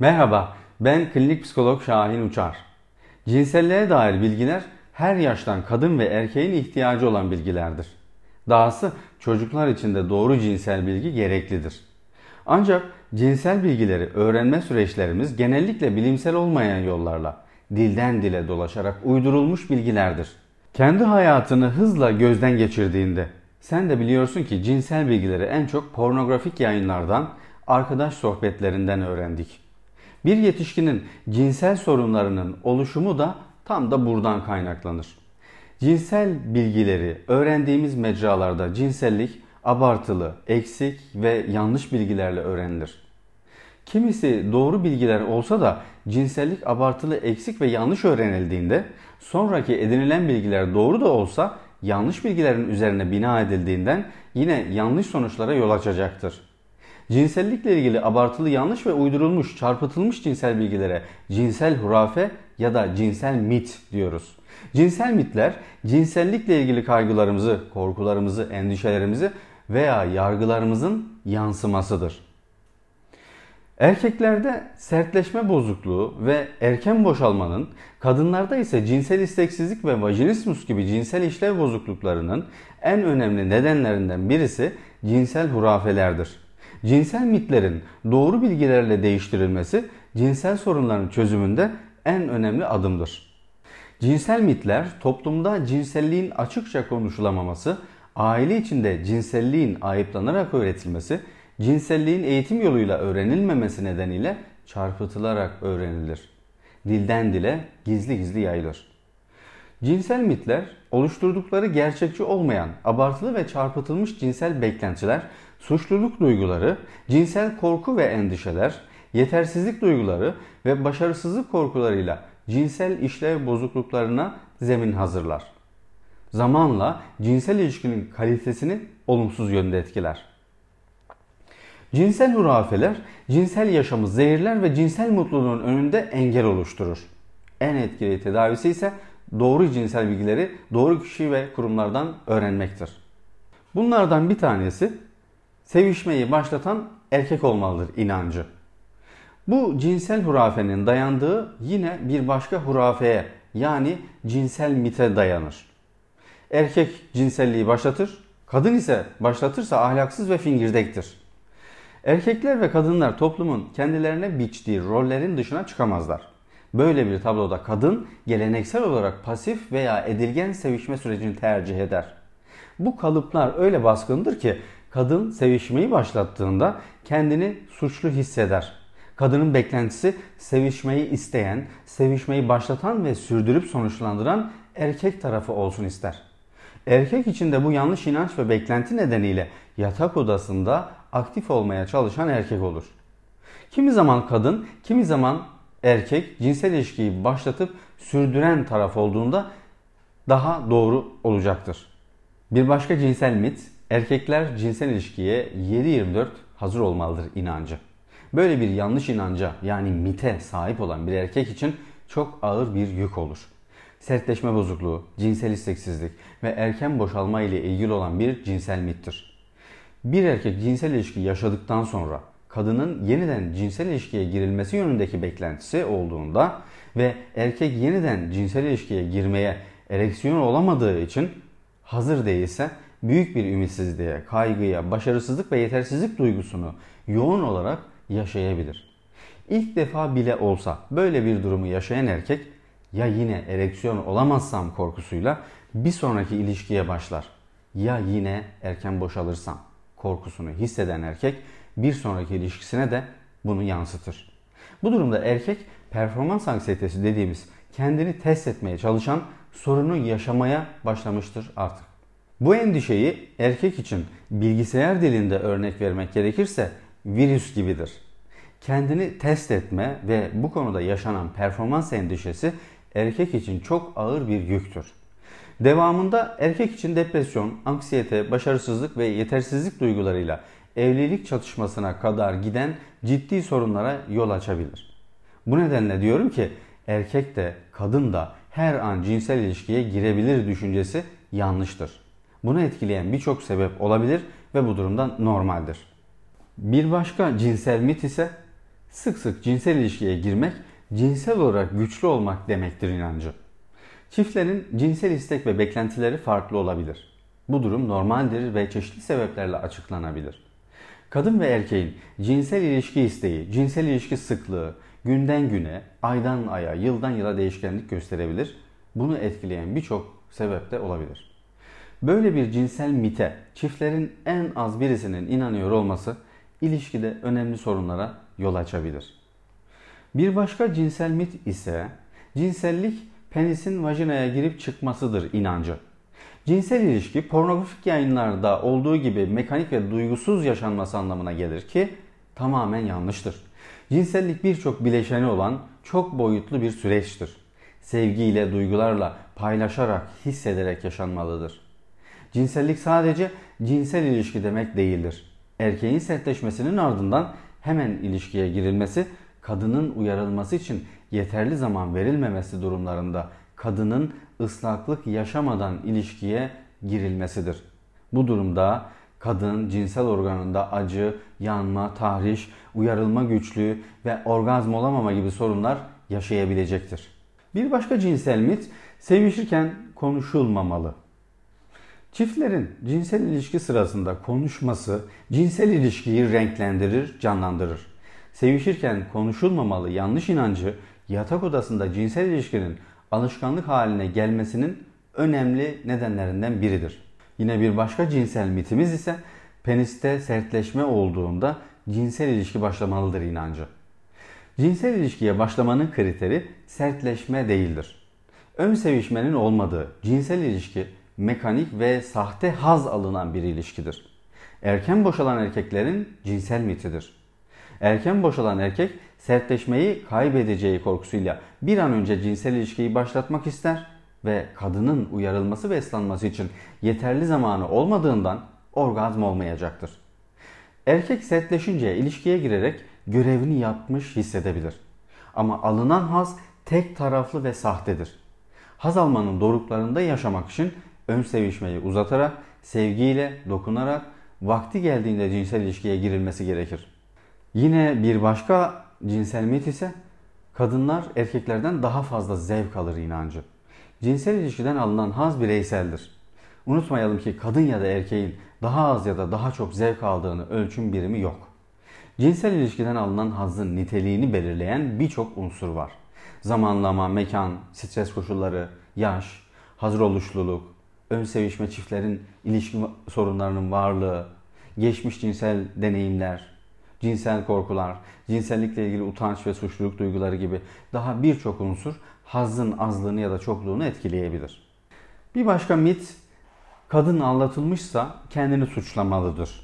Merhaba, ben klinik psikolog Şahin Uçar. Cinselliğe dair bilgiler her yaştan kadın ve erkeğin ihtiyacı olan bilgilerdir. Dahası çocuklar için de doğru cinsel bilgi gereklidir. Ancak cinsel bilgileri öğrenme süreçlerimiz genellikle bilimsel olmayan yollarla, dilden dile dolaşarak uydurulmuş bilgilerdir. Kendi hayatını hızla gözden geçirdiğinde sen de biliyorsun ki cinsel bilgileri en çok pornografik yayınlardan, arkadaş sohbetlerinden öğrendik. Bir yetişkinin cinsel sorunlarının oluşumu da tam da buradan kaynaklanır. Cinsel bilgileri öğrendiğimiz mecralarda cinsellik abartılı, eksik ve yanlış bilgilerle öğrenilir. Kimisi doğru bilgiler olsa da cinsellik abartılı, eksik ve yanlış öğrenildiğinde, sonraki edinilen bilgiler doğru da olsa yanlış bilgilerin üzerine bina edildiğinden yine yanlış sonuçlara yol açacaktır. Cinsellikle ilgili abartılı, yanlış ve uydurulmuş, çarpıtılmış cinsel bilgilere cinsel hurafe ya da cinsel mit diyoruz. Cinsel mitler, cinsellikle ilgili kaygılarımızı, korkularımızı, endişelerimizi veya yargılarımızın yansımasıdır. Erkeklerde sertleşme bozukluğu ve erken boşalmanın, kadınlarda ise cinsel isteksizlik ve vajinismus gibi cinsel işlev bozukluklarının en önemli nedenlerinden birisi cinsel hurafelerdir. Cinsel mitlerin doğru bilgilerle değiştirilmesi cinsel sorunların çözümünde en önemli adımdır. Cinsel mitler toplumda cinselliğin açıkça konuşulamaması, aile içinde cinselliğin ayıplanarak öğretilmesi, cinselliğin eğitim yoluyla öğrenilmemesi nedeniyle çarpıtılarak öğrenilir. Dilden dile gizli gizli yayılır. Cinsel mitler oluşturdukları gerçekçi olmayan, abartılı ve çarpıtılmış cinsel beklentiler, suçluluk duyguları, cinsel korku ve endişeler, yetersizlik duyguları ve başarısızlık korkularıyla cinsel işlev bozukluklarına zemin hazırlar. Zamanla cinsel ilişkinin kalitesini olumsuz yönde etkiler. Cinsel hurafeler, cinsel yaşamı zehirler ve cinsel mutluluğun önünde engel oluşturur. En etkili tedavisi ise doğru cinsel bilgileri doğru kişi ve kurumlardan öğrenmektir. Bunlardan bir tanesi sevişmeyi başlatan erkek olmalıdır inancı. Bu cinsel hurafenin dayandığı yine bir başka hurafeye, yani cinsel mite dayanır. Erkek cinselliği başlatır, kadın ise başlatırsa ahlaksız ve fingirdektir. Erkekler ve kadınlar toplumun kendilerine biçtiği rollerin dışına çıkamazlar. Böyle bir tabloda kadın geleneksel olarak pasif veya edilgen sevişme sürecini tercih eder. Bu kalıplar öyle baskındır ki kadın sevişmeyi başlattığında kendini suçlu hisseder. Kadının beklentisi sevişmeyi isteyen, sevişmeyi başlatan ve sürdürüp sonuçlandıran erkek tarafı olsun ister. Erkek için de bu yanlış inanç ve beklenti nedeniyle yatak odasında aktif olmaya çalışan erkek olur. Kimi zaman kadın, kimi zaman erkek cinsel ilişkiyi başlatıp sürdüren taraf olduğunda daha doğru olacaktır. Bir başka cinsel mit, erkekler cinsel ilişkiye 7/24 hazır olmalıdır inancı. Böyle bir yanlış inanca, yani mite sahip olan bir erkek için çok ağır bir yük olur. Sertleşme bozukluğu, cinsel isteksizlik ve erken boşalma ile ilgili olan bir cinsel mittir. Bir erkek cinsel ilişki yaşadıktan sonra kadının yeniden cinsel ilişkiye girilmesi yönündeki beklentisi olduğunda ve erkek yeniden cinsel ilişkiye girmeye ereksiyon olamadığı için hazır değilse büyük bir ümitsizliğe, kaygıya, başarısızlık ve yetersizlik duygusunu yoğun olarak yaşayabilir. İlk defa bile olsa böyle bir durumu yaşayan erkek ya yine ereksiyon olamazsam korkusuyla bir sonraki ilişkiye başlar, ya yine erken boşalırsam korkusunu hisseden erkek bir sonraki ilişkisine de bunu yansıtır. Bu durumda erkek performans anksiyetesi dediğimiz kendini test etmeye çalışan sorunu yaşamaya başlamıştır artık. Bu endişeyi erkek için bilgisayar dilinde örnek vermek gerekirse virüs gibidir. Kendini test etme ve bu konuda yaşanan performans endişesi erkek için çok ağır bir yüktür. Devamında erkek için depresyon, anksiyete, başarısızlık ve yetersizlik duygularıyla evlilik çatışmasına kadar giden ciddi sorunlara yol açabilir. Bu nedenle diyorum ki erkek de kadın da her an cinsel ilişkiye girebilir düşüncesi yanlıştır. Bunu etkileyen birçok sebep olabilir ve bu durumda normaldir. Bir başka cinsel mit ise Sık sık cinsel ilişkiye girmek, cinsel olarak güçlü olmak demektir inancı. Çiftlerin cinsel istek ve beklentileri farklı olabilir. Bu durum normaldir ve çeşitli sebeplerle açıklanabilir. Kadın ve erkeğin cinsel ilişki isteği, cinsel ilişki sıklığı günden güne, aydan aya, yıldan yıla değişkenlik gösterebilir. Bunu etkileyen birçok sebep de olabilir. Böyle bir cinsel mite çiftlerin en az birisinin inanıyor olması ilişkide önemli sorunlara yol açabilir. Bir başka cinsel mit ise cinsellik penisin vajinaya girip çıkmasıdır inancı. Cinsel ilişki pornografik yayınlarda olduğu gibi mekanik ve duygusuz yaşanması anlamına gelir ki tamamen yanlıştır. Cinsellik birçok bileşeni olan çok boyutlu bir süreçtir. Sevgiyle, duygularla paylaşarak, hissederek yaşanmalıdır. Cinsellik sadece cinsel ilişki demek değildir. Erkeğin sertleşmesinin ardından hemen ilişkiye girilmesi, kadının uyarılması için yeterli zaman verilmemesi durumlarında kadının ıslaklık yaşamadan ilişkiye girilmesidir. Bu durumda kadın cinsel organında acı, yanma, tahriş, uyarılma güçlüğü ve orgazm olamama gibi sorunlar yaşayabilecektir. Bir başka cinsel mit, sevişirken konuşulmamalı. Çiftlerin cinsel ilişki sırasında konuşması cinsel ilişkiyi renklendirir, canlandırır. Sevişirken konuşulmamalı yanlış inancı yatak odasında cinsel ilişkinin alışkanlık haline gelmesinin önemli nedenlerinden biridir. Yine bir başka cinsel mitimiz ise peniste sertleşme olduğunda cinsel ilişki başlamalıdır inancı. Cinsel ilişkiye başlamanın kriteri sertleşme değildir. Ön sevişmenin olmadığı cinsel ilişki mekanik ve sahte haz alınan bir ilişkidir. Erken boşalan erkeklerin cinsel mitidir. Erken boşalan erkek sertleşmeyi kaybedeceği korkusuyla bir an önce cinsel ilişkiyi başlatmak ister ve kadının uyarılması ve ıslanması için yeterli zamanı olmadığından orgazm olmayacaktır. Erkek sertleşince ilişkiye girerek görevini yapmış hissedebilir. Ama alınan haz tek taraflı ve sahtedir. Haz almanın doruklarında yaşamak için ön sevişmeyi uzatarak, sevgiyle, dokunarak, vakti geldiğinde cinsel ilişkiye girilmesi gerekir. Yine bir başka cinsel mit ise kadınlar erkeklerden daha fazla zevk alır inancı. Cinsel ilişkiden alınan haz bireyseldir. Unutmayalım ki kadın ya da erkeğin daha az ya da daha çok zevk aldığını ölçüm birimi yok. Cinsel ilişkiden alınan hazın niteliğini belirleyen birçok unsur var. Zamanlama, mekan, stres koşulları, yaş, hazır oluşluluk, ön sevişme çiftlerin ilişki sorunlarının varlığı, geçmiş cinsel deneyimler, cinsel korkular, cinsellikle ilgili utanç ve suçluluk duyguları gibi daha birçok unsur hazzın azlığını ya da çokluğunu etkileyebilir. Bir başka mit, kadın aldatılmışsa kendini suçlamalıdır.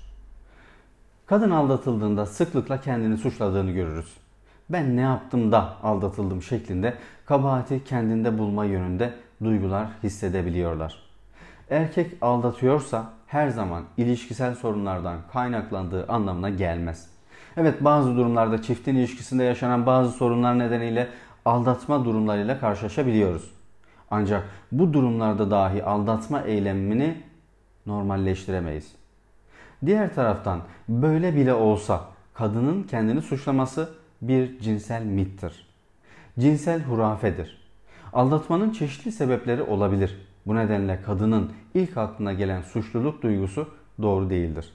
Kadın aldatıldığında sıklıkla kendini suçladığını görürüz. Ben ne yaptım da aldatıldım şeklinde kabahati kendinde bulma yönünde duygular hissedebiliyorlar. Erkek aldatıyorsa her zaman ilişkisel sorunlardan kaynaklandığı anlamına gelmez. Evet, bazı durumlarda çiftin ilişkisinde yaşanan bazı sorunlar nedeniyle aldatma durumlarıyla karşılaşabiliyoruz. Ancak bu durumlarda dahi aldatma eylemini normalleştiremeyiz. Diğer taraftan böyle bile olsa kadının kendini suçlaması bir cinsel mittir. Cinsel hurafedir. Aldatmanın çeşitli sebepleri olabilir. Bu nedenle kadının ilk aklına gelen suçluluk duygusu doğru değildir.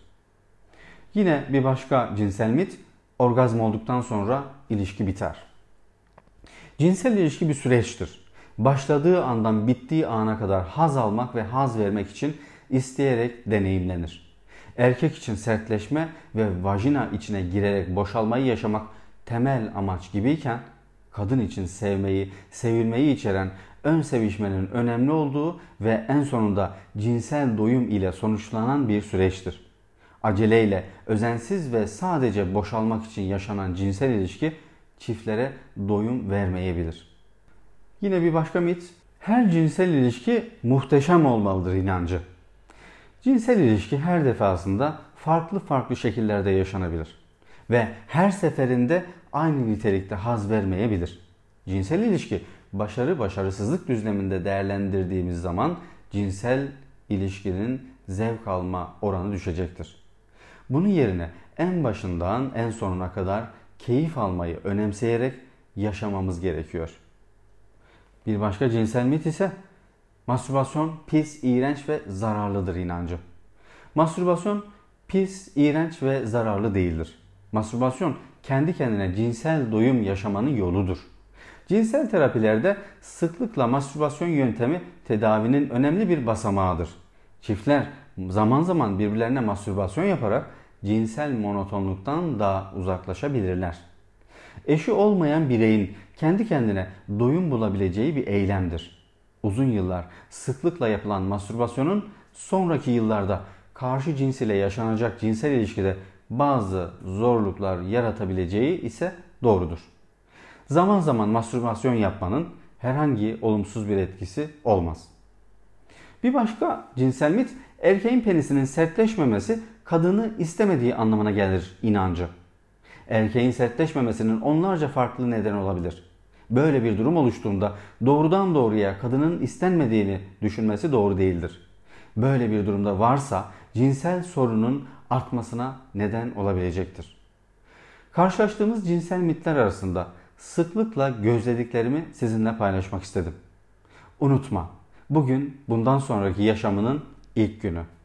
Yine bir başka cinsel mit, orgazm olduktan sonra ilişki biter. Cinsel ilişki bir süreçtir. Başladığı andan bittiği ana kadar haz almak ve haz vermek için isteyerek deneyimlenir. Erkek için sertleşme ve vajina içine girerek boşalmayı yaşamak temel amaç gibiyken, kadın için sevmeyi, sevilmeyi içeren ön sevişmenin önemli olduğu ve en sonunda cinsel doyum ile sonuçlanan bir süreçtir. Aceleyle, özensiz ve sadece boşalmak için yaşanan cinsel ilişki çiftlere doyum vermeyebilir. Yine bir başka mit, her cinsel ilişki muhteşem olmalıdır inancı. Cinsel ilişki her defasında farklı şekillerde yaşanabilir ve her seferinde aynı nitelikte haz vermeyebilir. Cinsel ilişki başarı-başarısızlık düzleminde değerlendirdiğimiz zaman cinsel ilişkinin zevk alma oranı düşecektir. Bunun yerine en başından en sonuna kadar keyif almayı önemseyerek yaşamamız gerekiyor. Bir başka cinsel mit ise mastürbasyon pis, iğrenç ve zararlıdır inancı. Mastürbasyon pis, iğrenç ve zararlı değildir. Mastürbasyon kendi kendine cinsel doyum yaşamanın yoludur. Cinsel terapilerde sıklıkla mastürbasyon yöntemi tedavinin önemli bir basamağıdır. Çiftler zaman zaman birbirlerine mastürbasyon yaparak cinsel monotonluktan da uzaklaşabilirler. Eşi olmayan bireyin kendi kendine doyum bulabileceği bir eylemdir. Uzun yıllar sıklıkla yapılan mastürbasyonun sonraki yıllarda karşı cins ile yaşanacak cinsel ilişkide bazı zorluklar yaratabileceği ise doğrudur. Zaman zaman mastürbasyon yapmanın herhangi olumsuz bir etkisi olmaz. Bir başka cinsel mit, erkeğin penisinin sertleşmemesi kadını istemediği anlamına gelir inancı. Erkeğin sertleşmemesinin onlarca farklı neden olabilir. Böyle bir durum oluştuğunda doğrudan doğruya kadının istenmediğini düşünmesi doğru değildir. Böyle bir durumda varsa cinsel sorunun artmasına neden olabilecektir. Karşılaştığımız cinsel mitler arasında sıklıkla gözlediklerimi sizinle paylaşmak istedim. Unutma, bugün bundan sonraki yaşamının ilk günü.